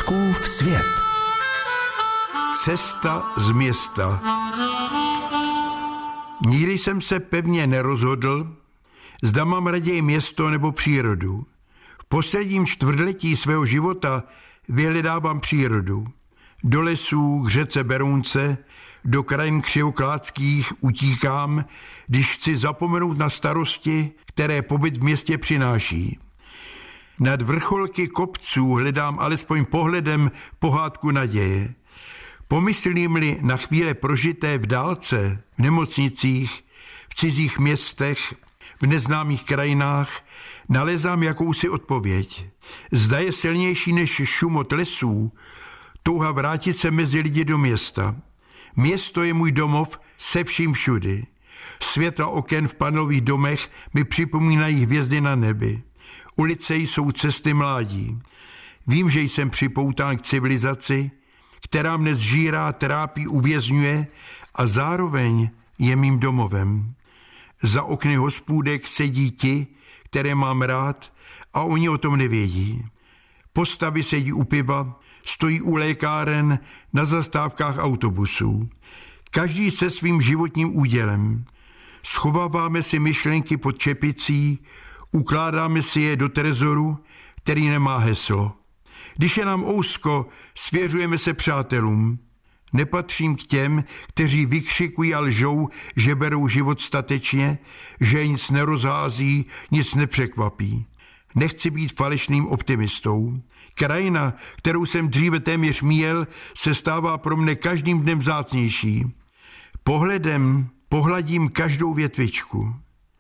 Fouskův svět. Cesta z města. Nikdy jsem se pevně nerozhodl, zda mám raději město nebo přírodu. V posledním čtvrtletí svého života vyhledávám přírodu. Do lesů, k řece Berounce, do krajin křivoklátských utíkám, když chci zapomenout na starosti, které pobyt v městě přináší. Nad vrcholky kopců hledám alespoň pohledem pohádku naděje. Pomyslím-li na chvíle prožité v dálce, v nemocnicích, v cizích městech, v neznámých krajinách, nalezám jakousi odpověď. Zda je silnější než šum od lesů, touha vrátit se mezi lidi do města. Město je můj domov se vším všudy. Světla oken v panelových domech mi připomínají hvězdy na nebi. Ulice jsou cesty mládí. Vím, že jsem připoután k civilizaci, která mne zžírá, trápí, uvězňuje a zároveň je mým domovem. Za okny hospůdek sedí ti, které mám rád, a oni o tom nevědí. Postavy sedí u piva, stojí u lékáren, na zastávkách autobusů. Každý se svým životním údělem. Schováváme si myšlenky pod čepicí, ukládáme si je do trezoru, který nemá heslo. Když je nám ousko, svěřujeme se přátelům. Nepatřím k těm, kteří vykřikují a lžou, že berou život statečně, že nic nerozhází, nic nepřekvapí. Nechci být falešným optimistou. Krajina, kterou jsem dříve téměř míjel, se stává pro mne každým dnem vzácnější. Pohledem pohladím každou větvičku.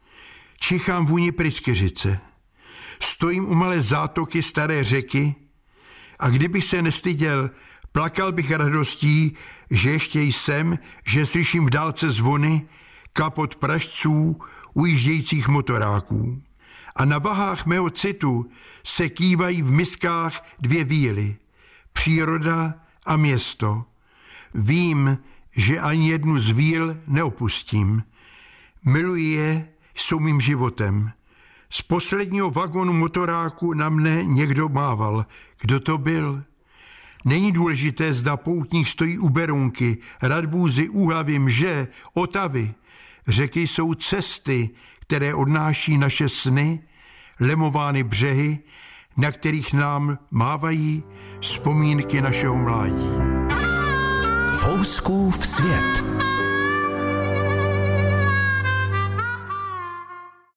Čichám vůni pryskyřice. Stojím u malé zátoky staré řeky a kdybych se nestyděl, plakal bych radostí, že ještě jsem, že slyším v dálce zvony, klapot pražců, ujíždějících motoráků. A na vahách mého citu se kývají v miskách dvě víly. Příroda a město. Vím, že ani jednu z víl neopustím. Miluji je, jsou mým životem. Z posledního vagonu motoráku na mne někdo mával. Kdo to byl? Není důležité, zda poutník stojí u Berounky, Radbůzy, Úhlavy, Mže, Otavy. Řeky jsou cesty, které odnáší naše sny, lemovány břehy, na kterých nám mávají vzpomínky našeho mládí. Fouskův svět.